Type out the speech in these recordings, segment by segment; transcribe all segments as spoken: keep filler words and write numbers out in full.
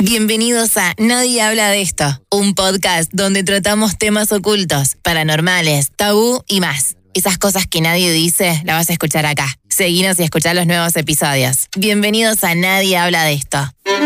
Bienvenidos a Nadie Habla de Esto, un podcast donde tratamos temas ocultos, paranormales, tabú y más. Esas cosas que nadie dice, las vas a escuchar acá. Seguinos y escuchá los nuevos episodios. Bienvenidos a Nadie Habla de Esto.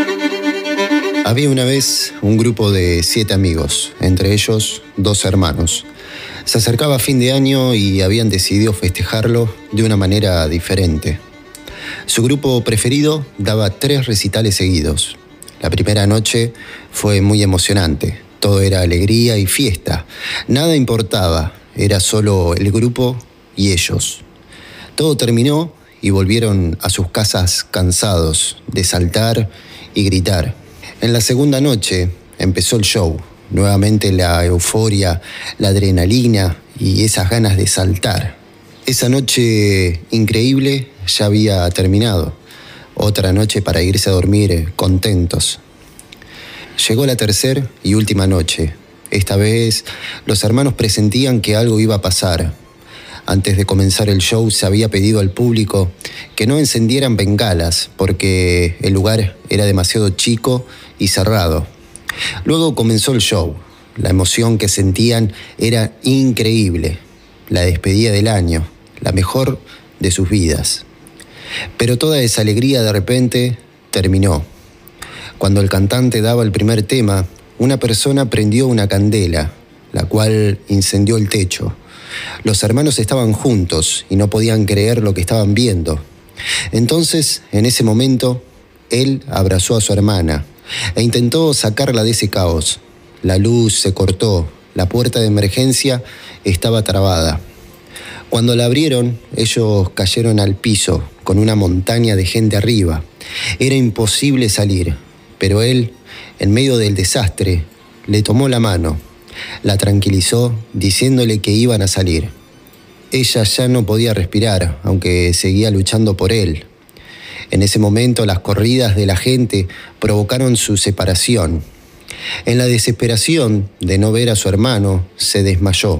Había una vez un grupo de siete amigos, entre ellos dos hermanos. Se acercaba fin de año y habían decidido festejarlo de una manera diferente. Su grupo preferido daba tres recitales seguidos. La primera noche fue muy emocionante. Todo era alegría y fiesta. Nada importaba, era solo el grupo y ellos. Todo terminó y volvieron a sus casas cansados de saltar y gritar. En la segunda noche empezó el show. Nuevamente la euforia, la adrenalina y esas ganas de saltar. Esa noche increíble ya había terminado. Otra noche para irse a dormir contentos. Llegó la tercera y última noche. Esta vez los hermanos presentían que algo iba a pasar. Antes de comenzar el show se había pedido al público que no encendieran bengalas porque el lugar era demasiado chico y cerrado. Luego comenzó el show. La emoción que sentían era increíble. La despedida del año, la mejor de sus vidas. Pero toda esa alegría de repente terminó. Cuando el cantante daba el primer tema, una persona prendió una candela, la cual incendió el techo. Los hermanos estaban juntos y no podían creer lo que estaban viendo. Entonces, en ese momento, él abrazó a su hermana e intentó sacarla de ese caos. La luz se cortó, la puerta de emergencia estaba trabada. Cuando la abrieron, ellos cayeron al piso, con una montaña de gente arriba. Era imposible salir, pero él, en medio del desastre, le tomó la mano, la tranquilizó, diciéndole que iban a salir. Ella ya no podía respirar, aunque seguía luchando por él. En ese momento, las corridas de la gente provocaron su separación. En la desesperación de no ver a su hermano, se desmayó.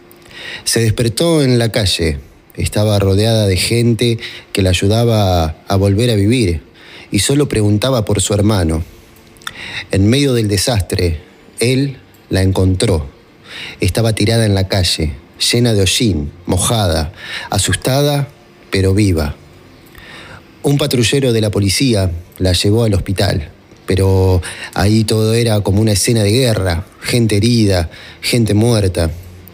Se despertó en la calle. Estaba rodeada de gente que la ayudaba a volver a vivir y solo preguntaba por su hermano. En medio del desastre, él la encontró. Estaba tirada en la calle, llena de hollín, mojada, asustada, pero viva. Un patrullero de la policía la llevó al hospital, pero ahí todo era como una escena de guerra, gente herida, gente muerta.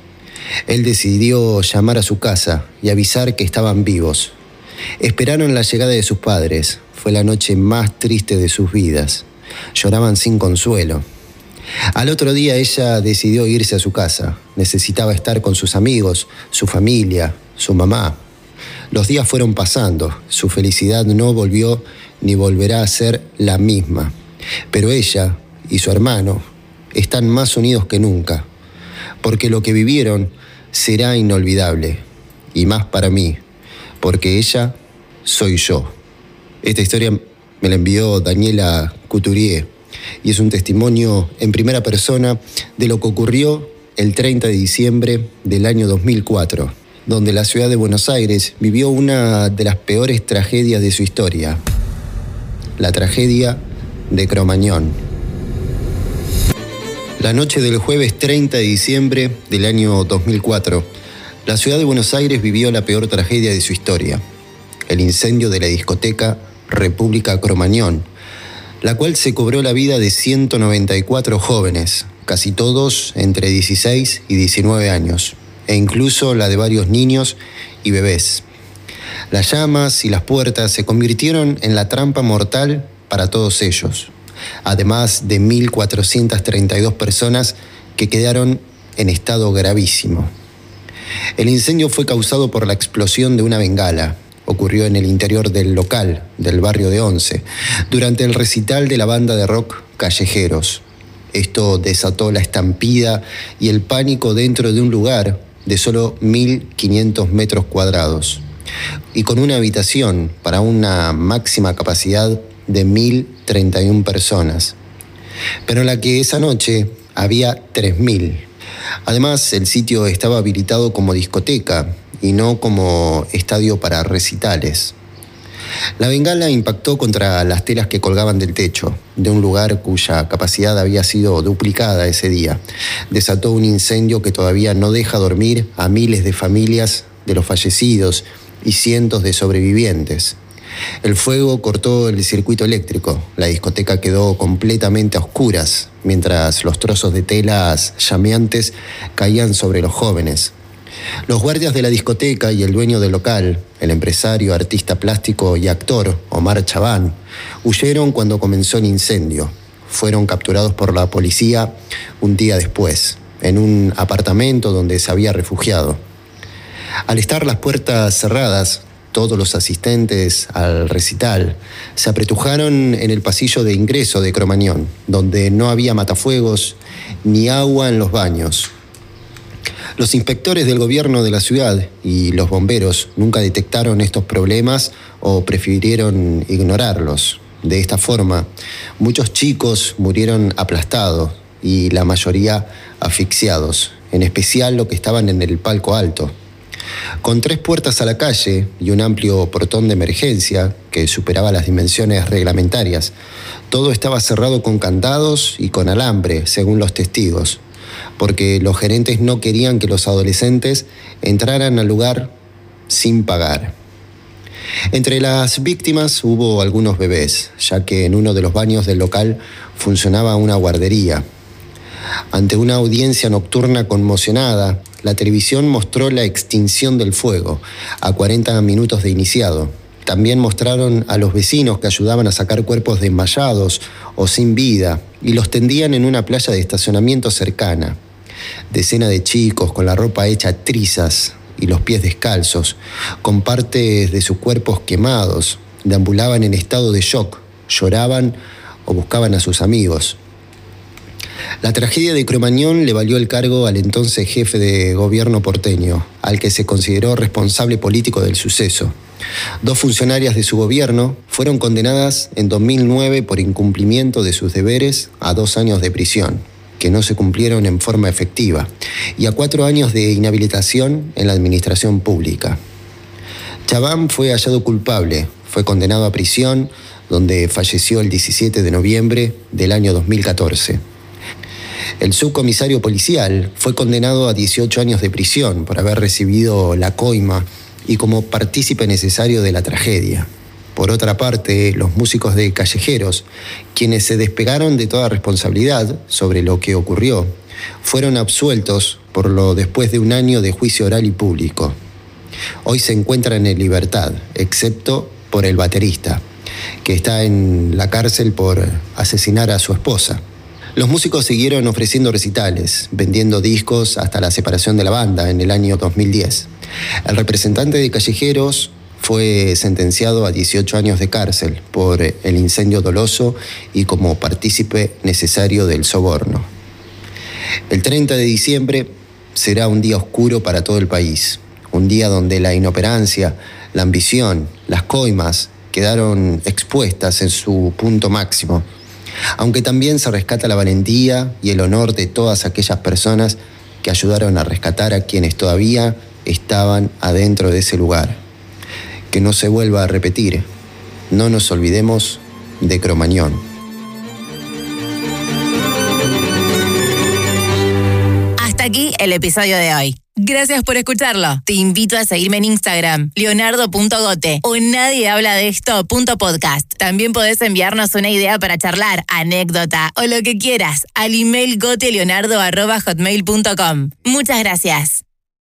Él decidió llamar a su casa y avisar que estaban vivos. Esperaron la llegada de sus padres. Fue la noche más triste de sus vidas. Lloraban sin consuelo. Al otro día ella decidió irse a su casa. Necesitaba estar con sus amigos, su familia, su mamá. Los días fueron pasando. Su felicidad no volvió ni volverá a ser la misma. Pero ella y su hermano están más unidos que nunca. Porque lo que vivieron será inolvidable, y más para mí, porque ella soy yo. Esta historia me la envió Daniela Couturier, y es un testimonio en primera persona de lo que ocurrió el treinta de diciembre del año dos mil cuatro, donde la ciudad de Buenos Aires vivió una de las peores tragedias de su historia, la tragedia de Cromañón. La noche del jueves treinta de diciembre del año dos mil cuatro, la ciudad de Buenos Aires vivió la peor tragedia de su historia, el incendio de la discoteca República Cromañón, la cual se cobró la vida de ciento noventa y cuatro jóvenes, casi todos entre dieciséis y diecinueve años, e incluso la de varios niños y bebés. Las llamas y las puertas se convirtieron en la trampa mortal para todos ellos, además de mil cuatrocientas treinta y dos personas que quedaron en estado gravísimo. El incendio fue causado por la explosión de una bengala. Ocurrió en el interior del local del barrio de Once, durante el recital de la banda de rock Callejeros. Esto desató la estampida y el pánico dentro de un lugar de solo mil quinientos metros cuadrados y con una habitación para una máxima capacidad de mil treinta y una personas, pero en la que esa noche había tres mil. Además, el sitio estaba habilitado como discoteca y no como estadio para recitales. La bengala impactó contra las telas que colgaban del techo, de un lugar cuya capacidad había sido duplicada ese día. Desató un incendio que todavía no deja dormir a miles de familias de los fallecidos y cientos de sobrevivientes. El fuego cortó el circuito eléctrico. La discoteca quedó completamente a oscuras, mientras los trozos de telas llameantes caían sobre los jóvenes. Los guardias de la discoteca y el dueño del local, el empresario, artista plástico y actor Omar Chaván, huyeron cuando comenzó el incendio. Fueron capturados por la policía un día después, en un apartamento donde se había refugiado. Al estar las puertas cerradas, todos los asistentes al recital se apretujaron en el pasillo de ingreso de Cromañón, donde no había matafuegos ni agua en los baños. Los inspectores del gobierno de la ciudad y los bomberos nunca detectaron estos problemas o prefirieron ignorarlos. De esta forma, muchos chicos murieron aplastados y la mayoría asfixiados, en especial los que estaban en el palco alto. Con tres puertas a la calle y un amplio portón de emergencia que superaba las dimensiones reglamentarias, todo estaba cerrado con candados y con alambre, según los testigos, porque los gerentes no querían que los adolescentes entraran al lugar sin pagar. Entre las víctimas hubo algunos bebés, ya que en uno de los baños del local funcionaba una guardería. Ante una audiencia nocturna conmocionada, la televisión mostró la extinción del fuego, a cuarenta minutos de iniciado. También mostraron a los vecinos que ayudaban a sacar cuerpos desmayados o sin vida y los tendían en una playa de estacionamiento cercana. Decenas de chicos con la ropa hecha trizas y los pies descalzos, con partes de sus cuerpos quemados, deambulaban en estado de shock, lloraban o buscaban a sus amigos. La tragedia de Cromañón le valió el cargo al entonces jefe de gobierno porteño, al que se consideró responsable político del suceso. Dos funcionarias de su gobierno fueron condenadas en dos mil nueve por incumplimiento de sus deberes a dos años de prisión, que no se cumplieron en forma efectiva, y a cuatro años de inhabilitación en la administración pública. Chaván fue hallado culpable, fue condenado a prisión, donde falleció el diecisiete de noviembre del año dos mil catorce. El subcomisario policial fue condenado a dieciocho años de prisión por haber recibido la coima y como partícipe necesario de la tragedia. Por otra parte, los músicos de Callejeros, quienes se despegaron de toda responsabilidad sobre lo que ocurrió, fueron absueltos por lo después de un año de juicio oral y público. Hoy se encuentran en libertad, excepto por el baterista, que está en la cárcel por asesinar a su esposa. Los músicos siguieron ofreciendo recitales, vendiendo discos hasta la separación de la banda en el año dos mil diez. El representante de Callejeros fue sentenciado a dieciocho años de cárcel por el incendio doloso y como partícipe necesario del soborno. El treinta de diciembre será un día oscuro para todo el país, un día donde la inoperancia, la ambición, las coimas quedaron expuestas en su punto máximo, aunque también se rescata la valentía y el honor de todas aquellas personas que ayudaron a rescatar a quienes todavía estaban adentro de ese lugar. Que no se vuelva a repetir. No nos olvidemos de Cromañón. Hasta aquí el episodio de hoy. Gracias por escucharlo. Te invito a seguirme en Instagram, leonardo punto gote o nadie habla de esto punto podcast. También podés enviarnos una idea para charlar, anécdota o lo que quieras al email goteleonardo arroba hotmail punto com. Muchas gracias.